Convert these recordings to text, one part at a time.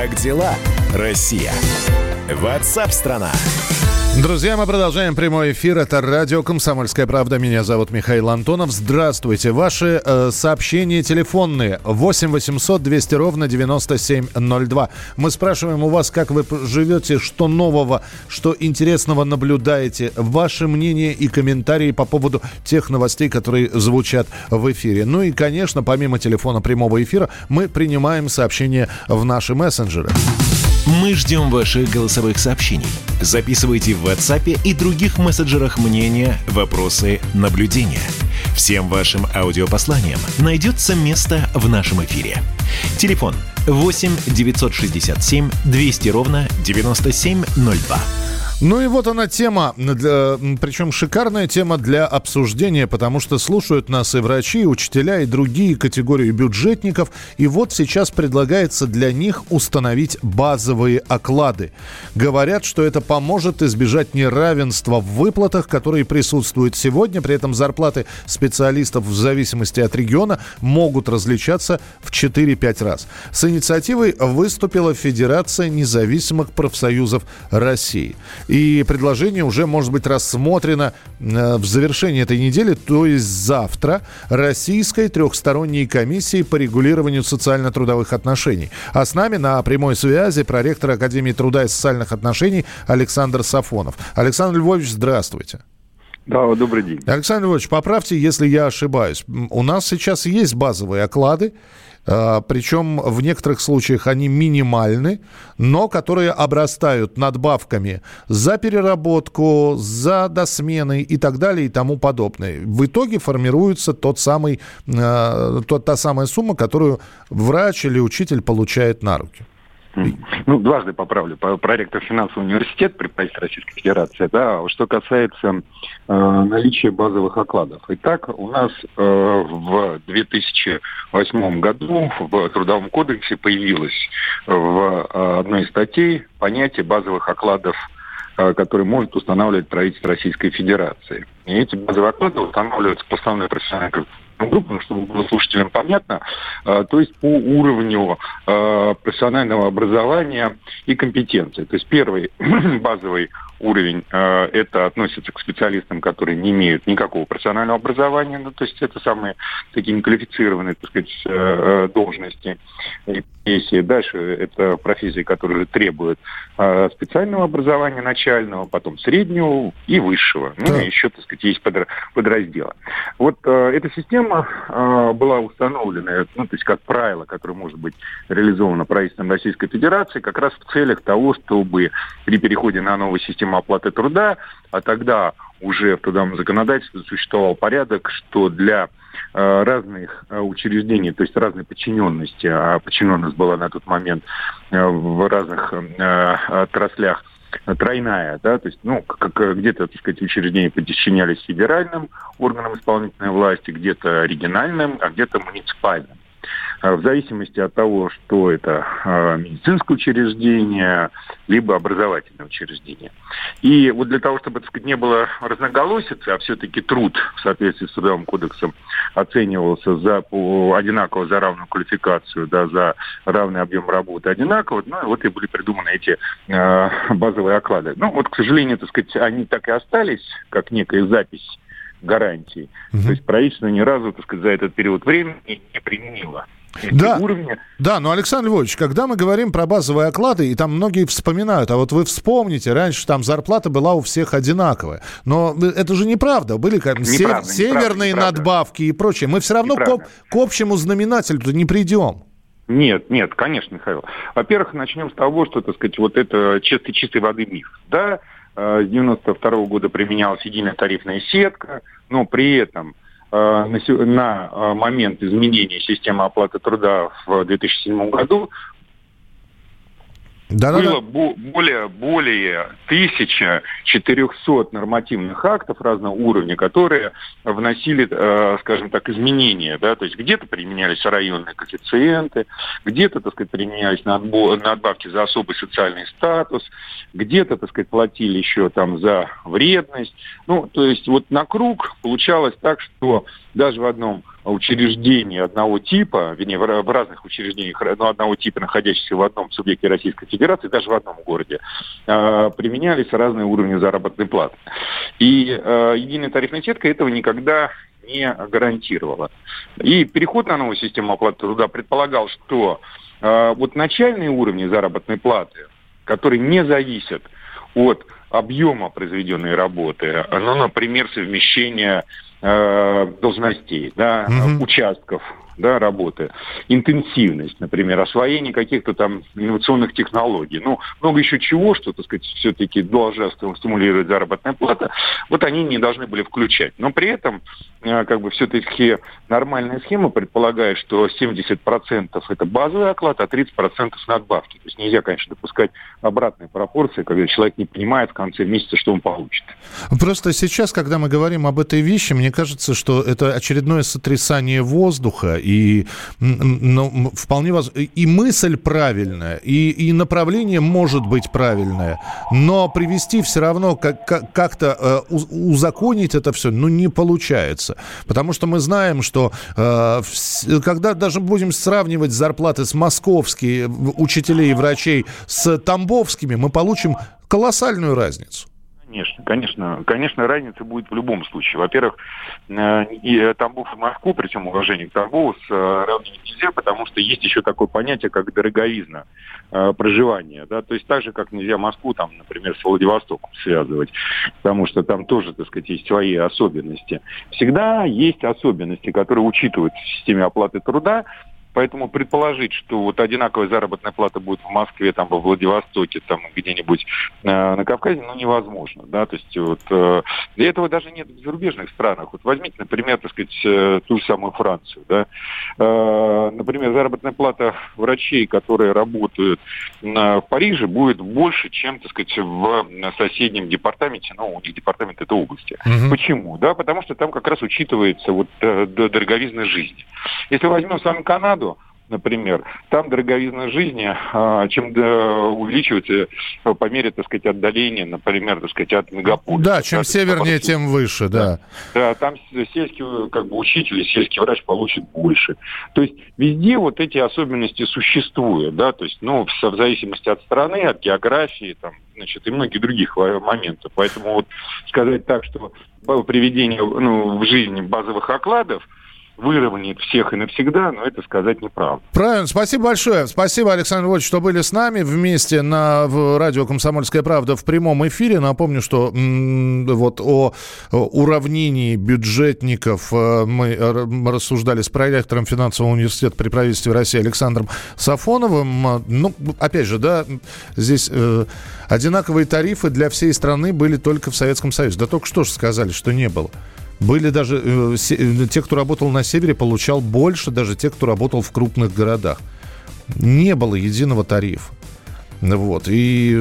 Как дела, Россия? WhatsApp-страна. Друзья, мы продолжаем прямой эфир. Это радио «Комсомольская правда». Меня зовут Михаил Антонов. Здравствуйте. Ваши сообщения телефонные 8 800 200 ровно 9702. Мы спрашиваем у вас, как вы живете, что нового, что интересного наблюдаете. Ваше мнение и комментарии по поводу тех новостей, которые звучат в эфире. Ну и, конечно, помимо телефона прямого эфира, мы принимаем сообщения в наши мессенджеры. Мы ждем ваших голосовых сообщений. Записывайте в WhatsApp и других мессенджерах мнения, вопросы, наблюдения. Всем вашим аудиопосланиям найдется место в нашем эфире. Телефон 8 967 200 ровно 9702. Ну и вот она тема, причем шикарная тема для обсуждения, потому что слушают нас и врачи, и учителя, и другие категории бюджетников. И вот сейчас предлагается для них установить базовые оклады. Говорят, что это поможет избежать неравенства в выплатах, которые присутствуют сегодня. При этом зарплаты специалистов в зависимости от региона могут различаться в 4-5 раз. С инициативой выступила Федерация независимых профсоюзов России. И предложение уже может быть рассмотрено в завершении этой недели, то есть завтра, Российской трехсторонней комиссией по регулированию социально-трудовых отношений. А с нами на прямой связи проректор Академии труда и социальных отношений Александр Сафонов. Александр Львович, здравствуйте. Да, добрый день. Александр Львович, поправьте, если я ошибаюсь. У нас сейчас есть базовые оклады, причем в некоторых случаях они минимальны, но которые обрастают надбавками за переработку, за досмены и так далее и тому подобное. В итоге формируется та самая сумма, которую врач или учитель получает на руки. Ну, дважды поправлю. Проректор финансового университета при правительстве Российской Федерации. Да, что касается наличия базовых окладов. Итак, у нас в 2008 году в Трудовом кодексе появилось в одной из статей понятие базовых окладов, которые может устанавливать правительство Российской Федерации. И эти базовые оклады устанавливаются по основной профессиональной группам, чтобы было слушателям понятно, то есть по уровню профессионального образования и компетенции. То есть первый базовый уровень это относится к специалистам, которые не имеют никакого профессионального образования, ну, то есть это самые такие неквалифицированные, так сказать, должности и профессии. Дальше это профессии, которые требуют специального образования начального, потом среднего и высшего. Ну, и еще, так сказать, есть подразделы. Вот эта система была установлена, ну, то есть как правило, которое может быть реализовано правительством Российской Федерации, как раз в целях того, чтобы при переходе на новую систему оплаты труда, а тогда уже в трудовом законодательстве существовал порядок, что для разных учреждений, то есть разной подчиненности, а подчиненность была на тот момент в разных отраслях тройная, да, то есть, ну, как где-то, так сказать, учреждения подчинялись федеральным органам исполнительной власти, где-то региональным, а где-то муниципальным. В зависимости от того, что это медицинское учреждение, либо образовательное учреждение. И вот для того, чтобы, так сказать, не было разноголосицы, а все-таки труд в соответствии с Трудовым кодексом оценивался одинаково за равную квалификацию, да, за равный объем работы одинаково, ну, и вот и были придуманы эти базовые оклады. Ну, вот, к сожалению, так сказать, они так и остались, как некая запись гарантий. То есть правительство ни разу, так сказать, за этот период времени не применило. Да, но, Александр Львович, когда мы говорим про базовые оклады, и там многие вспоминают, а вот вы вспомните, раньше там зарплата была у всех одинаковая. Но это же неправда. Были северные надбавки и прочее. Мы все равно к общему знаменателю-то не придем. Нет, конечно, Михаил. Во-первых, начнем с того, что, так сказать, вот это чистой воды миф. Да, с 92 года применялась единая тарифная сетка, но при этом на момент изменения системы оплаты труда в 2007 году было более 1400 нормативных актов разного уровня, которые вносили, скажем так, изменения. Да? То есть где-то применялись районные коэффициенты, где-то, так сказать, применялись надбавки за особый социальный статус, где-то, так сказать, платили еще там за вредность. Ну, то есть вот на круг получалось так, что даже в одном учреждении одного типа, вернее, в разных учреждениях, но одного типа, находящихся в одном субъекте Российской Федерации, даже в одном городе, применялись разные уровни заработной платы. И единая тарифная сетка этого никогда не гарантировала. И переход на новую систему оплаты труда предполагал, что вот начальные уровни заработной платы, которые не зависят от объема произведенной работы, ну, например, совмещение должностей, да, участков, да, работы, интенсивность, например, освоение каких-то там инновационных технологий, ну, много еще чего, что, так сказать, все-таки должна стимулировать заработная плата, вот они не должны были включать. Но при этом, как бы, все-таки нормальная схема предполагает, что 70% это базовый оклад, а 30% надбавки. То есть нельзя, конечно, допускать обратной пропорции, когда человек не понимает в конце месяца, что он получит. Просто сейчас, когда мы говорим об этой вещи, мне кажется, что это очередное сотрясание воздуха, и вполне возможно, и мысль правильная, и направление может быть правильное, но привести все равно, как-то узаконить это все, не получается. Потому что мы знаем, что когда даже будем сравнивать зарплаты с московскими учителей и врачей с тамбовскими, мы получим колоссальную разницу. Конечно, разница будет в любом случае. Во-первых, и Тамбов, и Москву, при всем уважении к Тамбову, сравнивать нельзя, потому что есть еще такое понятие, как дороговизна проживания. Да? То есть так же, как нельзя Москву, там, например, с Владивостоком связывать, потому что там тоже, так сказать, есть свои особенности. Всегда есть особенности, которые учитываются в системе оплаты труда. Поэтому предположить, что вот одинаковая заработная плата будет в Москве, там, во Владивостоке, там, где-нибудь на Кавказе, невозможно, да, то есть вот для этого даже нет в зарубежных странах. Вот возьмите, например, так сказать, ту же самую Францию, да, например, заработная плата врачей, которые работают в Париже, будет больше, чем, так сказать, в соседнем департаменте, у них департамент это области. Почему? Да, потому что там как раз учитывается вот дороговизна жизни. Если возьмем с вами Канаду, например, там дороговизна жизни, чем увеличивается по мере, так сказать, отдаления, например, так сказать, от мегаполиса. Да, чем севернее, тем выше, да. Да, там сельский, как бы, учитель, сельский врач получит больше. То есть везде вот эти особенности существуют, да, то есть, в зависимости от страны, от географии, там, значит, и многих других моментов. Поэтому вот сказать так, что приведение в жизни базовых окладов выровняет всех и навсегда, но это сказать неправда. Правильно. Спасибо большое. Спасибо, Александр Львович, что были с нами вместе в радио «Комсомольская правда» в прямом эфире. Напомню, что вот о уравнении бюджетников мы рассуждали с проректором финансового университета при правительстве России Александром Сафоновым. Опять же, да, здесь одинаковые тарифы для всей страны были только в Советском Союзе. Да только что же сказали, что не было. Были даже те, кто работал на севере, получал больше, даже те, кто работал в крупных городах. Не было единого тарифа. Вот. И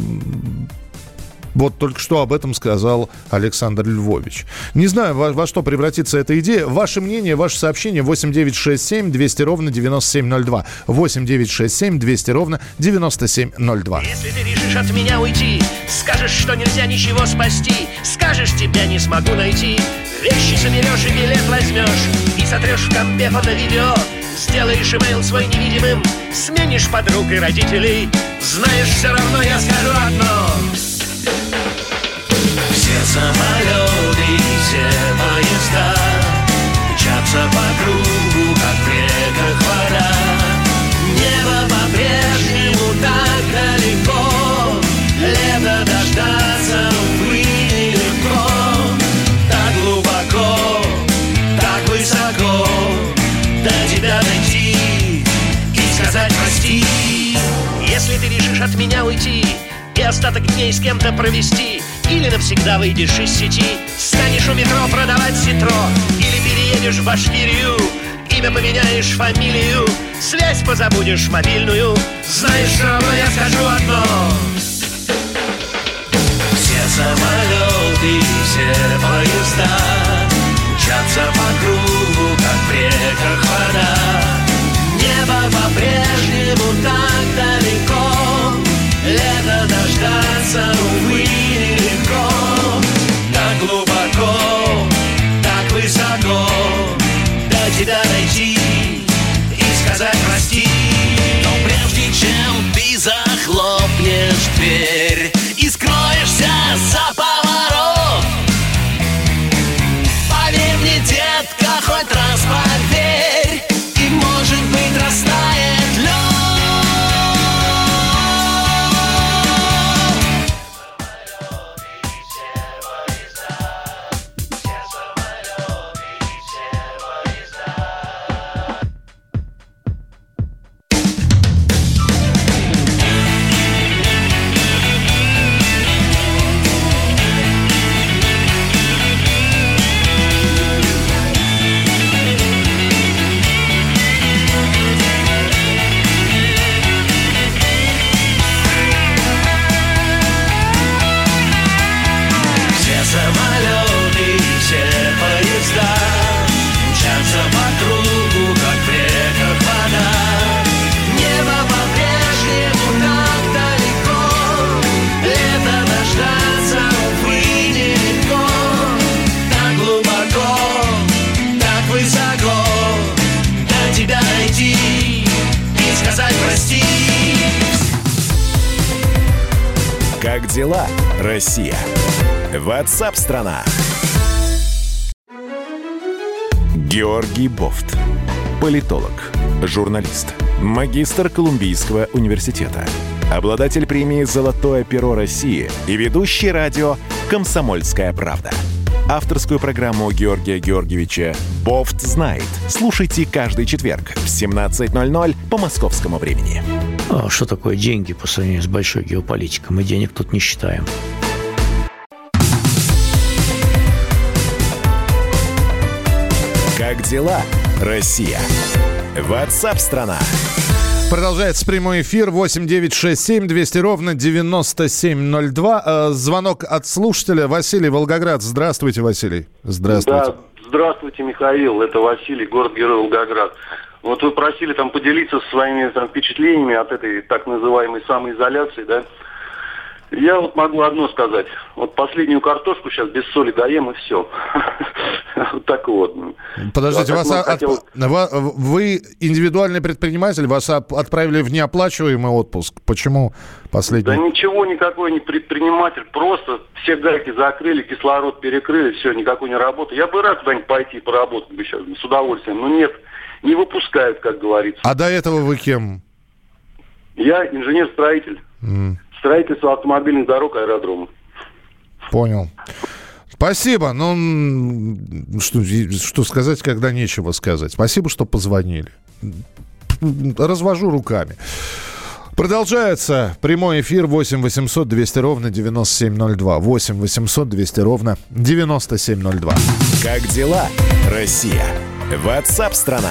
вот только что об этом сказал Александр Львович. Не знаю, во что превратится эта идея. Ваше мнение, ваше сообщение 8 9 6 7 200 ровно 9702. 8 9 6 7 200 ровно 9702. Если ты решишь от меня уйти, скажешь, что нельзя ничего спасти, скажешь, тебя не смогу найти, вещи соберешь и билет возьмешь, и сотрешь в компе фото-видео, сделаешь имейл свой невидимым, сменишь подруг и родителей, знаешь, все равно я скажу одно. Все самолеты, все поезда мчатся по кругу, как в реках вода. Небо по-прежнему так далеко, лето дождаться, увы, нелегко. Так глубоко, так высоко, до тебя дойти и сказать прости. Если ты решишь от меня уйти и остаток дней с кем-то провести, или навсегда выйдешь из сети, станешь у метро продавать ситро, или переедешь в Башкирию, имя поменяешь, фамилию, связь позабудешь мобильную, знаешь, все равно я скажу одно. Все самолеты, все поезда мчатся по кругу, как в реках вода. Небо по-прежнему так далеко, лето дождаться, увы, нелегко. Так глубоко, так высоко, сказать прости. Но прежде чем ты захлопнешь дверь и скроешься за поворот, поверь мне, детка, хоть раз поверь, и, может быть, растает лед. Как дела, Россия? WhatsApp-страна. Георгий Бофт. Политолог, журналист, магистр Колумбийского университета, обладатель премии «Золотое перо России» и ведущий радио «Комсомольская правда». Авторскую программу Георгия Георгиевича «Бофт знает». Слушайте каждый четверг в 17:00 по московскому времени. А что такое деньги по сравнению с большой геополитикой? Мы денег тут не считаем. Как дела, Россия? WhatsApp-страна. Продолжается прямой эфир 8-967-200-97-02. Звонок от слушателя. Василий, Волгоград. Здравствуйте, Василий. Здравствуйте. Да, здравствуйте, Михаил. Это Василий, город-герой Волгоград. Вот вы просили там поделиться своими впечатлениями от этой так называемой самоизоляции, да? Я вот могу одно сказать. Вот последнюю картошку сейчас без соли доем, и все. Вот так вот. Подождите, вы индивидуальный предприниматель, вас отправили в неоплачиваемый отпуск. Почему последний? Да ничего, никакой не предприниматель. Просто все гайки закрыли, кислород перекрыли, все, никакой не работает. Я бы рад куда-нибудь пойти поработать бы сейчас с удовольствием, но нет, не выпускают, как говорится. А до этого вы кем? Я инженер-строитель. Строительство автомобильных дорог, аэродрома. Понял. Спасибо. Ну, что сказать, когда нечего сказать. Спасибо, что позвонили. Развожу руками. Продолжается прямой эфир 8 800 200 ровно 9702. 8 800 200 ровно 9702. Как дела, Россия? WhatsApp-страна.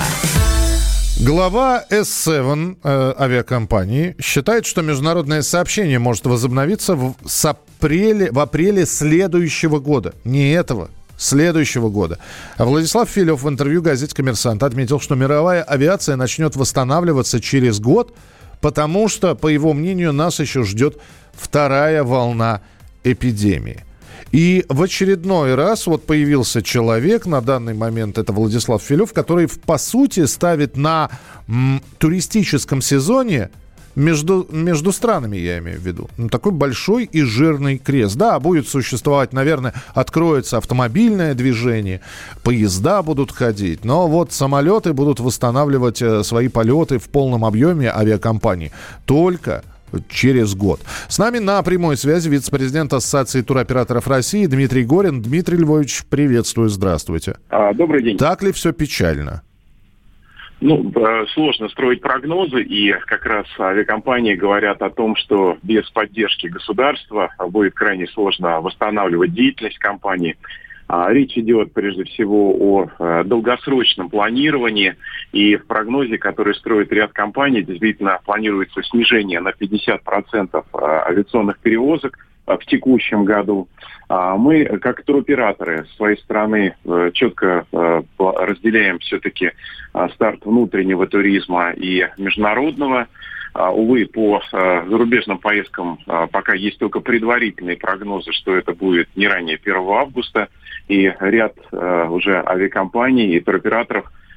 Глава S7 авиакомпании считает, что международное сообщение может возобновиться в апреле следующего года. Не этого, следующего года. А Владислав Филев в интервью газете «Коммерсант» отметил, что мировая авиация начнет восстанавливаться через год, потому что, по его мнению, нас еще ждет вторая волна эпидемии. И в очередной раз вот появился человек, на данный момент это Владислав Филев, который, по сути, ставит на туристическом сезоне между странами, я имею в виду, такой большой и жирный крест. Да, будет существовать, наверное, откроется автомобильное движение, поезда будут ходить, но вот самолеты будут восстанавливать свои полеты в полном объеме авиакомпании только через год. С нами на прямой связи вице-президент Ассоциации туроператоров России Дмитрий Горин. Дмитрий Львович, приветствую, здравствуйте. Добрый день. Так ли все печально? Ну, сложно строить прогнозы, и как раз авиакомпании говорят о том, что без поддержки государства будет крайне сложно восстанавливать деятельность компании. Речь идет прежде всего о долгосрочном планировании, и в прогнозе, который строит ряд компаний, действительно планируется снижение на 50% авиационных перевозок в текущем году. Мы, как туроператоры, с своей стороны четко разделяем все-таки старт внутреннего туризма и международного. Увы, по зарубежным поездкам пока есть только предварительные прогнозы, что это будет не ранее 1 августа. И ряд уже авиакомпаний и туроператоров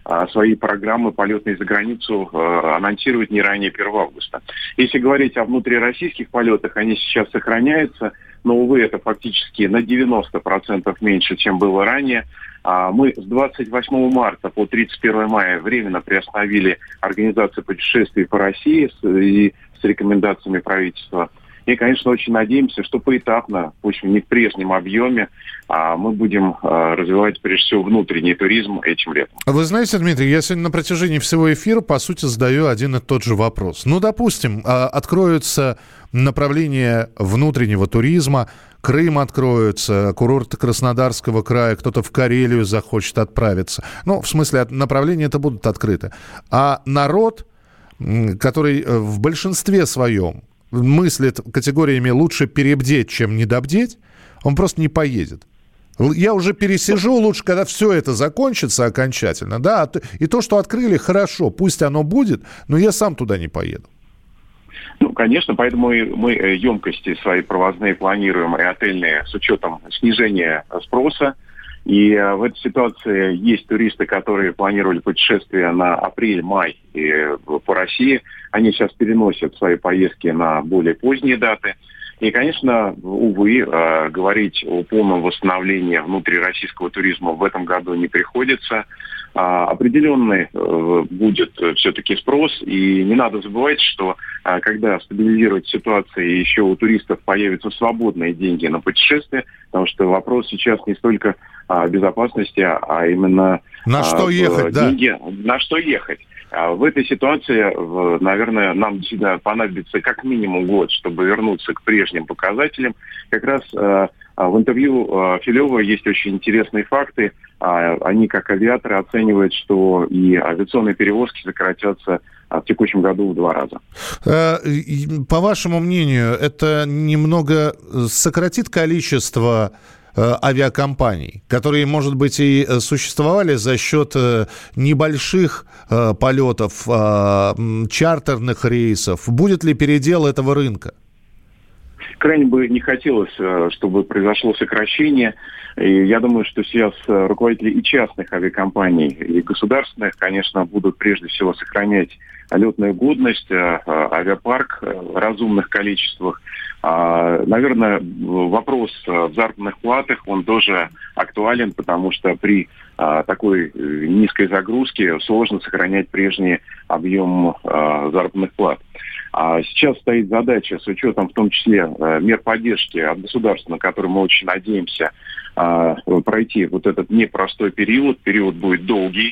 свои программы полетные за границу анонсируют не ранее 1 августа. Если говорить о внутрироссийских полетах, они сейчас сохраняются, но, увы, это фактически на 90% меньше, чем было ранее. Мы с 28 марта по 31 мая временно приостановили организацию путешествий по России с рекомендациями правительства. И, конечно, очень надеемся, что поэтапно, пусть не в прежнем объеме, мы будем развивать, прежде всего, внутренний туризм этим летом. Вы знаете, Дмитрий, я сегодня на протяжении всего эфира, по сути, задаю один и тот же вопрос. Ну, допустим, откроются направления внутреннего туризма, Крым откроется, курорты Краснодарского края, кто-то в Карелию захочет отправиться. Ну, в смысле, направления это будут открыты. А народ, который в большинстве своем мыслит категориями «лучше перебдеть, чем недобдеть», он просто не поедет. Я уже пересижу, лучше, когда все это закончится окончательно. Да? И то, что открыли, хорошо, пусть оно будет, но я сам туда не поеду. Ну, конечно, поэтому мы емкости свои провозные планируем и отельные с учетом снижения спроса. И в этой ситуации есть туристы, которые планировали путешествия на апрель-май по России. Они сейчас переносят свои поездки на более поздние даты. И, конечно, увы, говорить о полном восстановлении внутрироссийского туризма в этом году не приходится. Определенный будет все-таки спрос. И не надо забывать, что когда стабилизируется ситуация и еще у туристов появятся свободные деньги на путешествия, потому что вопрос сейчас не столько безопасности, а именно на что ехать, деньги, на что ехать. В этой ситуации, наверное, нам действительно понадобится как минимум год, чтобы вернуться к прежним показателям. Как раз в интервью Филева есть очень интересные факты. Они, как авиаторы, оценивают, что и авиационные перевозки сократятся в текущем году в 2 раза. По вашему мнению, это немного сократит количество авиакомпаний, которые, может быть, и существовали за счет небольших полетов, чартерных рейсов? Будет ли передел этого рынка? Крайне бы не хотелось, чтобы произошло сокращение. И я думаю, что сейчас руководители и частных авиакомпаний, и государственных, конечно, будут прежде всего сохранять летную годность, авиапарк в разумных количествах. Наверное, вопрос в заработных платах, он тоже актуален, потому что при такой низкой загрузке сложно сохранять прежний объем заработных плат. Сейчас стоит задача, с учетом в том числе мер поддержки от государства, на который мы очень надеемся, пройти вот этот непростой период. Период будет долгий.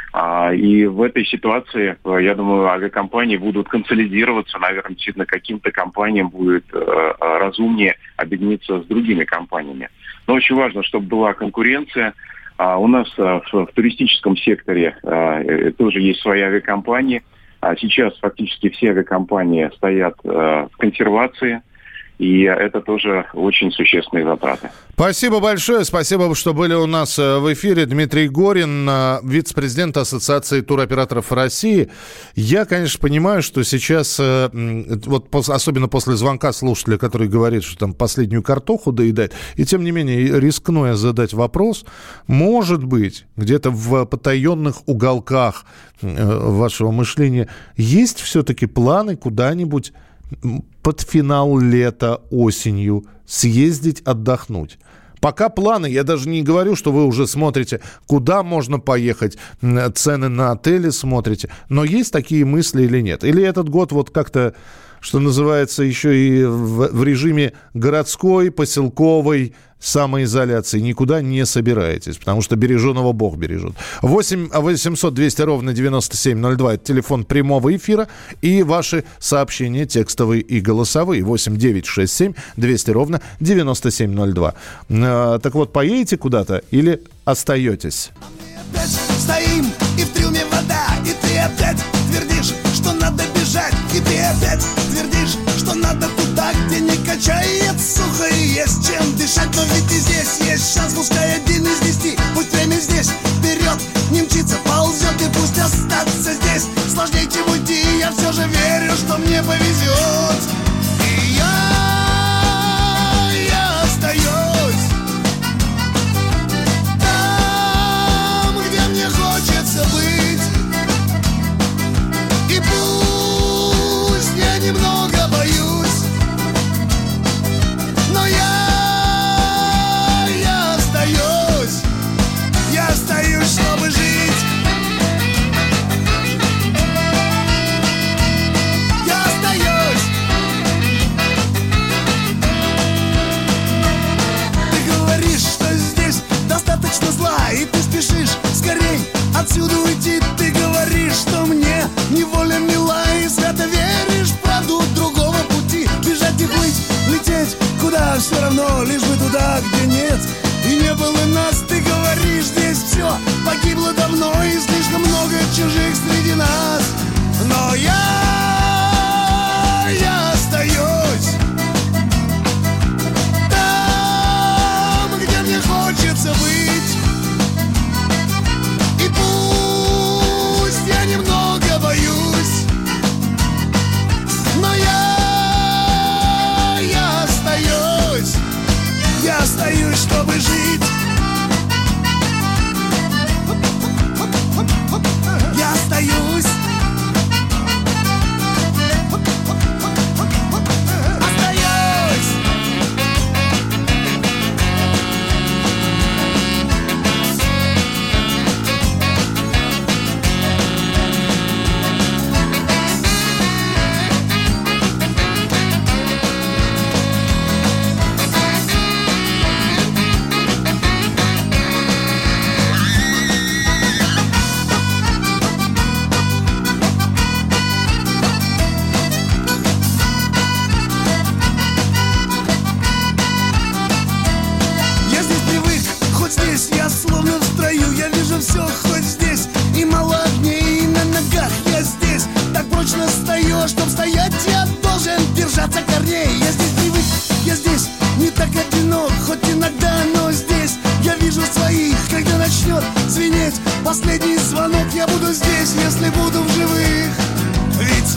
И в этой ситуации, я думаю, авиакомпании будут консолидироваться. Наверное, действительно, каким-то компаниям будет разумнее объединиться с другими компаниями. Но очень важно, чтобы была конкуренция. У нас в туристическом секторе тоже есть свои авиакомпании. Сейчас фактически все авиакомпании стоят в консервации. И это тоже очень существенные затраты. Спасибо большое. Спасибо, что были у нас в эфире. Дмитрий Горин, вице-президент Ассоциации туроператоров России. Я, конечно, понимаю, что сейчас, вот особенно после звонка слушателя, который говорит, что там последнюю картоху доедает, и тем не менее рискну я задать вопрос, может быть, где-то в потаенных уголках вашего мышления есть все-таки планы куда-нибудь под финал лета, осенью съездить отдохнуть? Пока планы, я даже не говорю, что вы уже смотрите, куда можно поехать, цены на отели смотрите, но есть такие мысли или нет? Или этот год вот как-то, что называется, еще и в режиме городской, поселковой самоизоляции никуда не собираетесь, потому что береженого Бог бережет. 8 800 200 ровно 9702 – это телефон прямого эфира, и ваши сообщения текстовые и голосовые. 8 967 200 ровно 9702. Так вот, поедете куда-то или остаетесь? Опять стоим, и в трюме вода, и ты опять твердишь, что надо бежать, и ты опять твердишь, что надо туда, где не качает сухо и есть чем дышать. Но ведь и здесь есть шанс, пускай 1 из 10. Пусть время здесь вперед не мчится, ползет, и пусть остаться здесь сложнее, чем уйти. Я все же верю, что мне повезет. И я остаюсь там, где мне хочется быть. туда, все равно, лишь бы туда, где нет. И не было нас, ты говоришь, здесь все погибло давно, и слишком много чужих среди нас. Но я остаюсь там, где мне хочется быть. И пусть я немного боюсь, но я остаюсь. Я остаюсь, чтобы жить. Я остаюсь. Все хоть здесь, и мало огней, и на ногах я здесь. Так прочно стою, чтоб стоять, я должен держаться корней. Я здесь привык, я здесь не так одинок, хоть иногда, но здесь я вижу своих. Когда начнет звенеть последний звонок, я буду здесь, если буду в живых. Ведь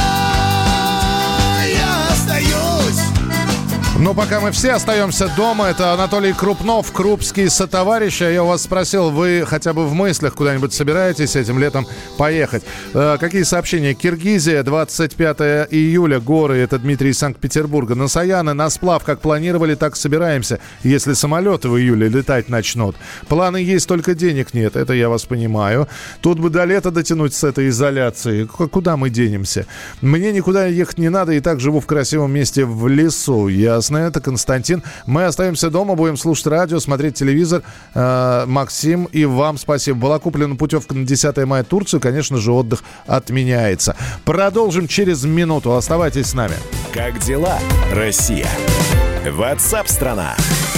я остаюсь. Но пока мы все остаемся дома, это Анатолий Крупнов, крупские сотоварищи. Я у вас спросил, вы хотя бы в мыслях куда-нибудь собираетесь этим летом поехать? Какие сообщения? Киргизия, 25 июля, горы, это Дмитрий из Санкт-Петербурга. На Саяны, на сплав, как планировали, так собираемся, если самолеты в июле летать начнут. Планы есть, только денег нет, это я вас понимаю. Тут бы до лета дотянуть с этой изоляции. Куда мы денемся? Мне никуда ехать не надо, и так живу в красивом месте в лесу. Ясно, это Константин. Мы остаемся дома, будем слушать радио, смотреть телевизор. Максим, и вам спасибо. Была куплена путевка на 10 мая в Турцию. Конечно же, отдых отменяется. Продолжим через минуту. Оставайтесь с нами. Как дела, Россия? WhatsApp-страна.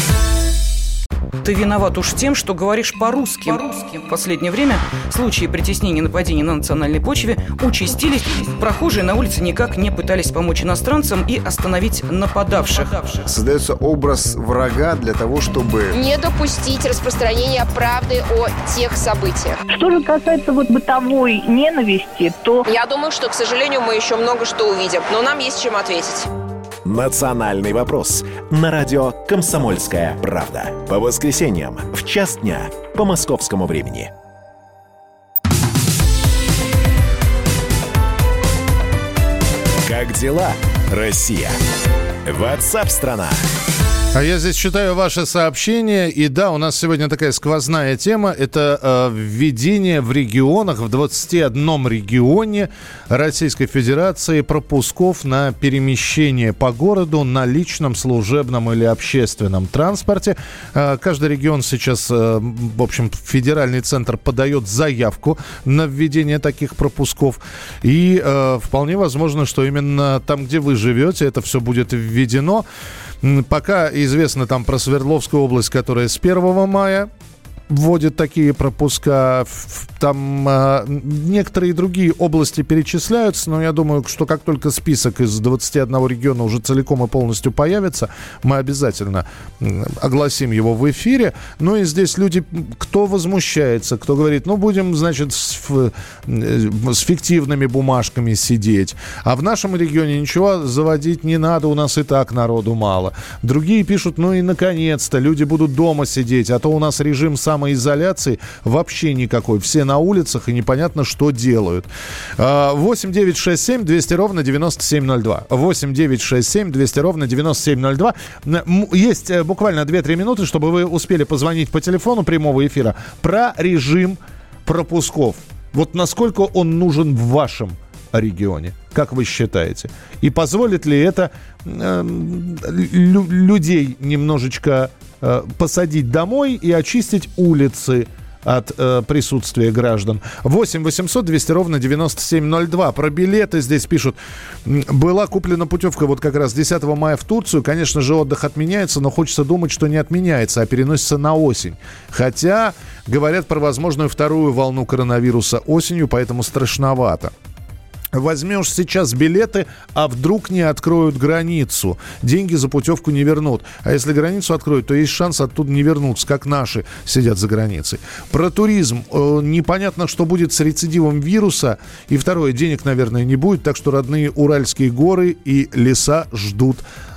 Ты виноват уж тем, что говоришь по-русски. В последнее время случаи притеснения и нападений на национальной почве участились. Прохожие на улице никак не пытались помочь иностранцам и остановить нападавших. Создается образ врага для того, чтобы не допустить распространения правды о тех событиях. Что же касается бытовой ненависти, то... Я думаю, что, к сожалению, мы еще много что увидим, но нам есть чем ответить. «Национальный вопрос» на радио «Комсомольская правда». По воскресеньям в 1:00 дня по московскому времени. Как дела, Россия? WhatsApp-страна. А я здесь читаю ваши сообщения, и да, у нас сегодня такая сквозная тема. Это введение в регионах, в 21 регионе Российской Федерации пропусков на перемещение по городу на личном, служебном или общественном транспорте. Каждый регион сейчас, в общем, федеральный центр подает заявку на введение таких пропусков. И вполне возможно, что именно там, где вы живете, это все будет введено. Пока известно там про Свердловскую область, которая с 1 мая вводит такие пропуска. Там некоторые другие области перечисляются, но я думаю, что как только список из 21 региона уже целиком и полностью появится, мы обязательно огласим его в эфире. Ну и здесь люди, кто возмущается, кто говорит, ну будем, значит, с фиктивными бумажками сидеть. А в нашем регионе ничего заводить не надо, у нас и так народу мало. Другие пишут, ну и наконец-то люди будут дома сидеть, а то у нас режим самоизоляции вообще никакой. Все на улицах и непонятно, что делают. 8 9 6 7 200 ровно 9702. 8 9 6 7 200 ровно 9702. Есть буквально 2-3 минуты, чтобы вы успели позвонить по телефону прямого эфира про режим пропусков. Вот насколько он нужен в вашем регионе, как вы считаете? И позволит ли это людей немножечко посадить домой и очистить улицы от присутствия граждан. 8 800 200 ровно 9702. Про билеты здесь пишут. Была куплена путевка вот как раз 10 мая в Турцию. Конечно же, отдых отменяется, но хочется думать, что не отменяется, а переносится на осень. Хотя говорят про возможную вторую волну коронавируса осенью, поэтому страшновато. Возьмешь сейчас билеты, а вдруг не откроют границу. Деньги за путевку не вернут. А если границу откроют, то есть шанс оттуда не вернуться, как наши сидят за границей. Про туризм. Непонятно, что будет с рецидивом вируса. И второе, денег, наверное, не будет. Так что родные Уральские горы и леса ждут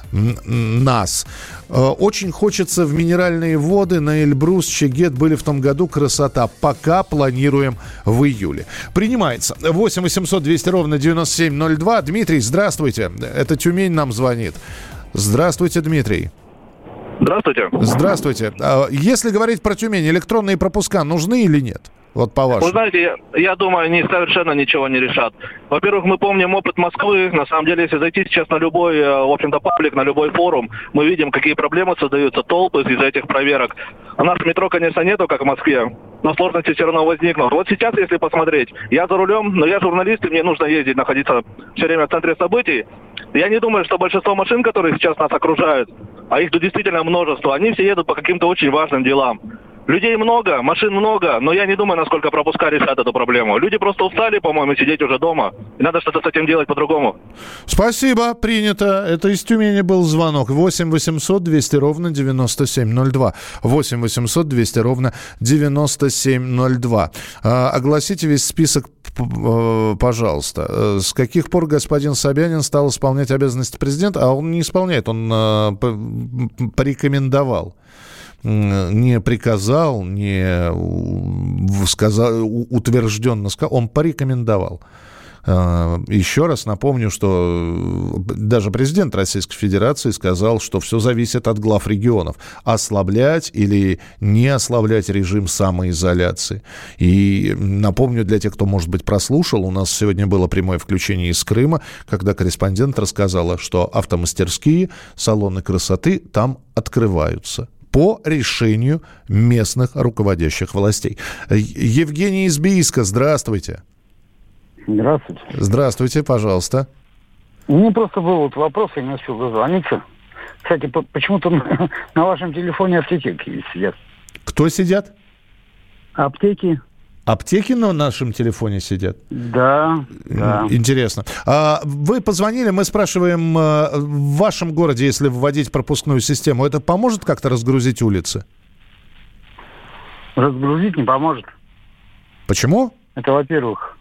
нас. Очень хочется в минеральные воды на Эльбрус, Чегет. Были в том году. Красота. Пока планируем в июле. Принимается. 8 800 200 ровно 9702. Дмитрий, здравствуйте. Это Тюмень нам звонит. Здравствуйте, Дмитрий. Здравствуйте. Здравствуйте. Если говорить про Тюмень, электронные пропуска нужны или нет? Вот по-вашему. Вы знаете, я думаю, они совершенно ничего не решат. Во-первых, мы помним опыт Москвы. На самом деле, если зайти сейчас на любой, в общем-то, паблик, на любой форум, мы видим, какие проблемы создаются, толпы из-за этих проверок. У нас метро, конечно, нету, как в Москве, но сложности все равно возникнут. Вот сейчас, если посмотреть, я за рулем, но я журналист, и мне нужно ездить, находиться все время в центре событий. Я не думаю, что большинство машин, которые сейчас нас окружают, а их тут действительно множество, они все едут по каким-то очень важным делам. Людей много, машин много, но я не думаю, насколько пропуска решат эту проблему. Люди просто устали, по-моему, сидеть уже дома. И надо что-то с этим делать по-другому. Спасибо, принято. Это из Тюмени был звонок. 8 800 200 ровно 9702. 8 800 200 ровно 9702. Огласите весь список, пожалуйста. С каких пор господин Собянин стал исполнять обязанности президента? А он не исполняет, он порекомендовал. Не приказал, не сказал, утвержденно сказал, он порекомендовал. Еще раз напомню, что даже президент Российской Федерации сказал, что все зависит от глав регионов. Ослаблять или не ослаблять режим самоизоляции. И напомню для тех, кто, может быть, прослушал, у нас сегодня было прямое включение из Крыма, когда корреспондент рассказала, что автомастерские, салоны красоты там открываются по решению местных руководящих властей. Евгений из Бийска, здравствуйте. Здравствуйте. Здравствуйте, пожалуйста. У меня просто был вот вопрос, я не успел дозвониться. Кстати, почему-то на вашем телефоне аптеки сидят. Кто сидят? Аптеки. Аптеки на нашем телефоне сидят? Да. Интересно. Вы позвонили, мы спрашиваем, в вашем городе, если вводить пропускную систему, это поможет как-то разгрузить улицы? Разгрузить не поможет. Почему? Это, во-первых,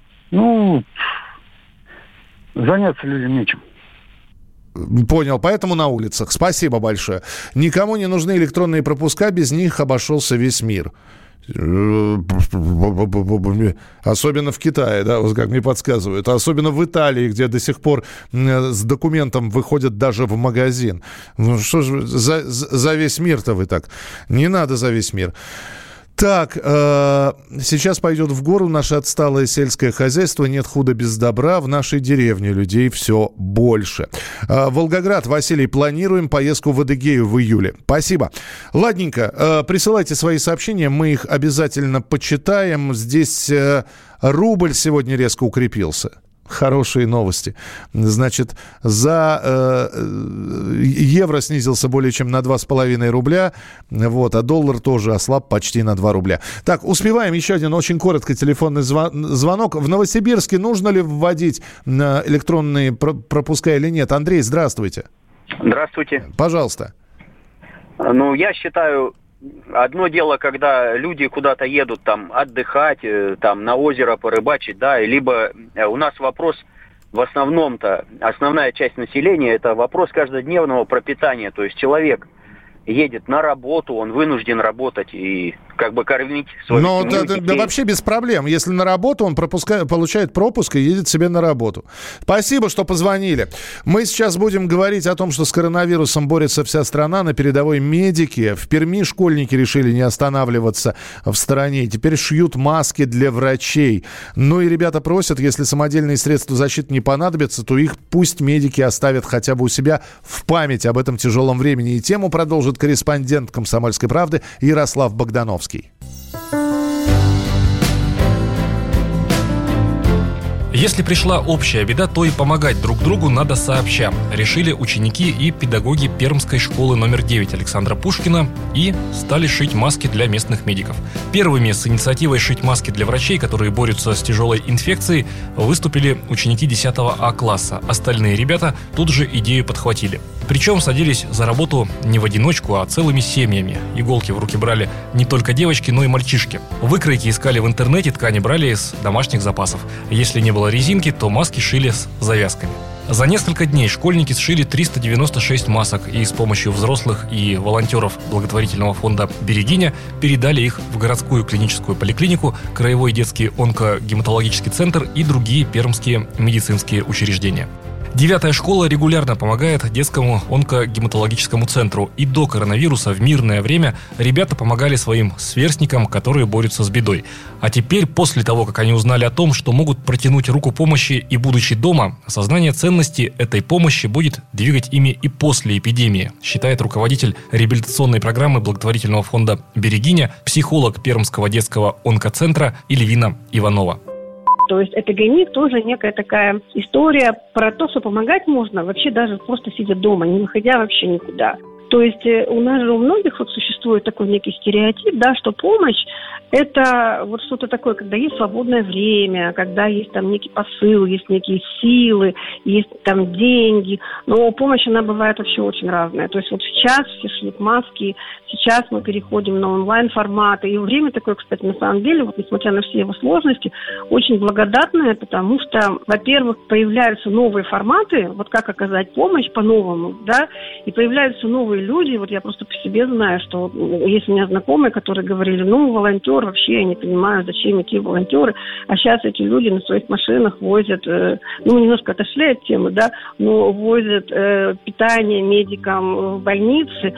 заняться людям нечем. Понял, поэтому на улицах. Спасибо большое. Никому не нужны электронные пропуска, без них обошелся весь мир. Особенно в Китае, да, вот как мне подсказывают. Особенно в Италии, где до сих пор с документом выходят даже в магазин. Ну что же за весь мир-то вы так? Не надо за весь мир. Так, сейчас пойдет в гору наше отсталое сельское хозяйство. Нет худа без добра. В нашей деревне людей все больше. Волгоград, Василий, планируем поездку в Адыгею в июле. Спасибо. Ладненько, присылайте свои сообщения, мы их обязательно почитаем. Здесь рубль сегодня резко укрепился. Хорошие новости. Значит, за евро снизился более чем на 2,5 рубля, вот, а доллар тоже ослаб почти на 2 рубля. Так, успеваем еще один очень коротко телефонный звонок. В Новосибирске нужно ли вводить электронные пропуска или нет? Андрей, здравствуйте. Здравствуйте. Пожалуйста. Я считаю, одно дело, когда люди куда-то едут там отдыхать, там на озеро порыбачить, да, либо у нас вопрос в основном-то, основная часть населения, это вопрос каждодневного пропитания, то есть человек едет на работу, он вынужден работать и как бы кормить свою семью. Да вообще без проблем. Если на работу, он получает пропуск и едет себе на работу. Спасибо, что позвонили. Мы сейчас будем говорить о том, что с коронавирусом борется вся страна. На передовой медики. В Перми школьники решили не останавливаться в стороне. Теперь шьют маски для врачей. Ну и ребята просят, если самодельные средства защиты не понадобятся, то их пусть медики оставят хотя бы у себя в память об этом тяжелом времени. И тему продолжит корреспондент «Комсомольской правды» Ярослав Богдановский. Если пришла общая беда, то и помогать друг другу надо сообща, решили ученики и педагоги Пермской школы номер 9 Александра Пушкина и стали шить маски для местных медиков. Первыми с инициативой шить маски для врачей, которые борются с тяжелой инфекцией, выступили ученики 10 А класса. Остальные ребята тут же идею подхватили. Причем садились за работу не в одиночку, а целыми семьями. Иголки в руки брали не только девочки, но и мальчишки. Выкройки искали в интернете, ткани брали из домашних запасов. Если не было резинки, то маски шили с завязками. За несколько дней школьники сшили 396 масок и с помощью взрослых и волонтеров благотворительного фонда «Берегиня» передали их в городскую клиническую поликлинику, краевой детский онкогематологический центр и другие пермские медицинские учреждения. 9-я школа регулярно помогает детскому онкогематологическому центру. И до коронавируса в мирное время ребята помогали своим сверстникам, которые борются с бедой. А теперь, после того, как они узнали о том, что могут протянуть руку помощи и будучи дома, осознание ценности этой помощи будет двигать ими и после эпидемии, считает руководитель реабилитационной программы благотворительного фонда «Берегиня», психолог Пермского детского онкоцентра Эльвина Иванова. То есть эпигемик тоже некая такая история про то, что помогать можно вообще даже просто сидя дома, не выходя вообще никуда. То есть у нас же у многих вот существует такой некий стереотип, да, что помощь – это вот что-то такое, когда есть свободное время, когда есть там некий посыл, есть некие силы, есть там деньги. Но помощь, она бывает вообще очень разная. То есть вот сейчас все шьют маски, сейчас мы переходим на онлайн-форматы. И время такое, кстати, на самом деле, вот несмотря на все его сложности, очень благодатное, потому что, во-первых, появляются новые форматы, вот как оказать помощь по-новому, да, и появляются новые люди. Вот я просто по себе знаю, что есть у меня знакомые, которые говорили, волонтер, вообще я не понимаю, зачем идти в волонтеры. А сейчас эти люди на своих машинах возят, немножко отошли от темы, да, но возят питание медикам в больницы.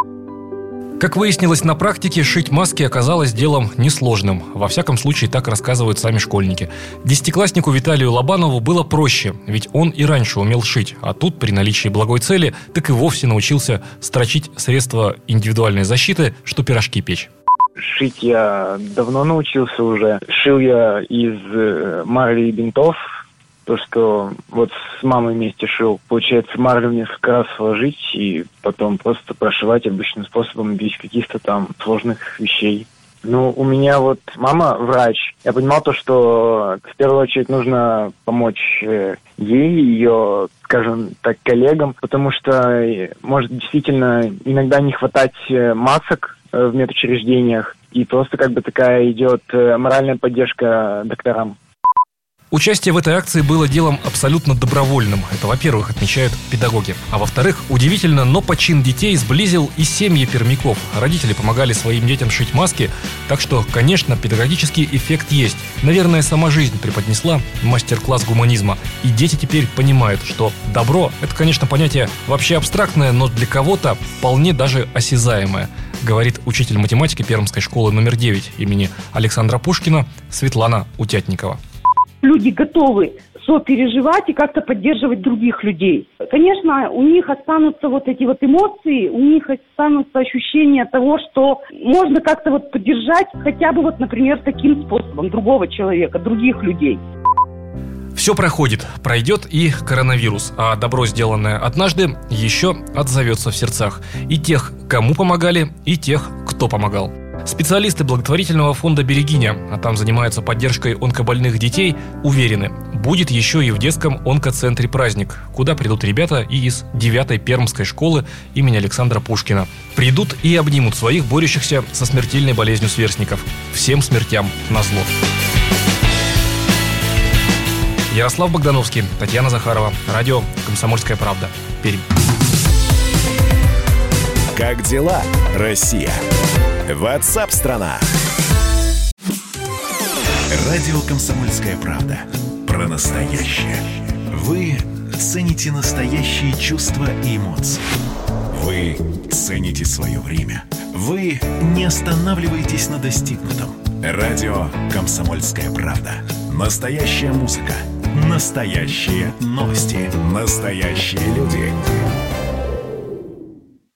Как выяснилось на практике, шить маски оказалось делом несложным. Во всяком случае, так рассказывают сами школьники. Десятикласснику Виталию Лобанову было проще, ведь он и раньше умел шить. А тут, при наличии благой цели, так и вовсе научился строчить средства индивидуальной защиты, что пирожки печь. Шить я давно научился уже. Шил я из марли и бинтов. То, что вот с мамой вместе шил. Получается, марлю в несколько раз сложить и потом просто прошивать обычным способом без каких-то там сложных вещей. У меня вот мама врач. Я понимал то, что в первую очередь нужно помочь ей, ее, скажем так, коллегам, потому что может действительно иногда не хватать масок в медучреждениях, и просто такая идет моральная поддержка докторам. Участие в этой акции было делом абсолютно добровольным. Это, во-первых, отмечают педагоги. А во-вторых, удивительно, но почин детей сблизил и семьи пермяков. Родители помогали своим детям шить маски, так что, конечно, педагогический эффект есть. Наверное, сама жизнь преподнесла мастер-класс гуманизма. И дети теперь понимают, что добро – это, конечно, понятие вообще абстрактное, но для кого-то вполне даже осязаемое, говорит учитель математики Пермской школы номер 9 имени Александра Пушкина Светлана Утятникова. Люди готовы сопереживать и как-то поддерживать других людей. Конечно, у них останутся вот эти вот эмоции, у них останутся ощущения того, что можно как-то вот поддержать хотя бы вот, например, таким способом другого человека, других людей. Все проходит, пройдет и коронавирус, а добро, сделанное однажды, еще отзовется в сердцах и тех, кому помогали, и тех, кто помогал. Специалисты благотворительного фонда «Берегиня», а там занимаются поддержкой онкобольных детей, уверены, будет еще и в детском онкоцентре праздник, куда придут ребята и из 9-й Пермской школы имени Александра Пушкина. Придут и обнимут своих борющихся со смертельной болезнью сверстников. Всем смертям назло. Ярослав Богдановский, Татьяна Захарова, радио «Комсомольская правда», Пермь. Как дела, Россия? WhatsApp-страна. Радио «Комсомольская правда». Про настоящее. Вы цените настоящие чувства и эмоции. Вы цените свое время. Вы не останавливаетесь на достигнутом. Радио «Комсомольская правда». Настоящая музыка. Настоящие новости. Настоящие люди.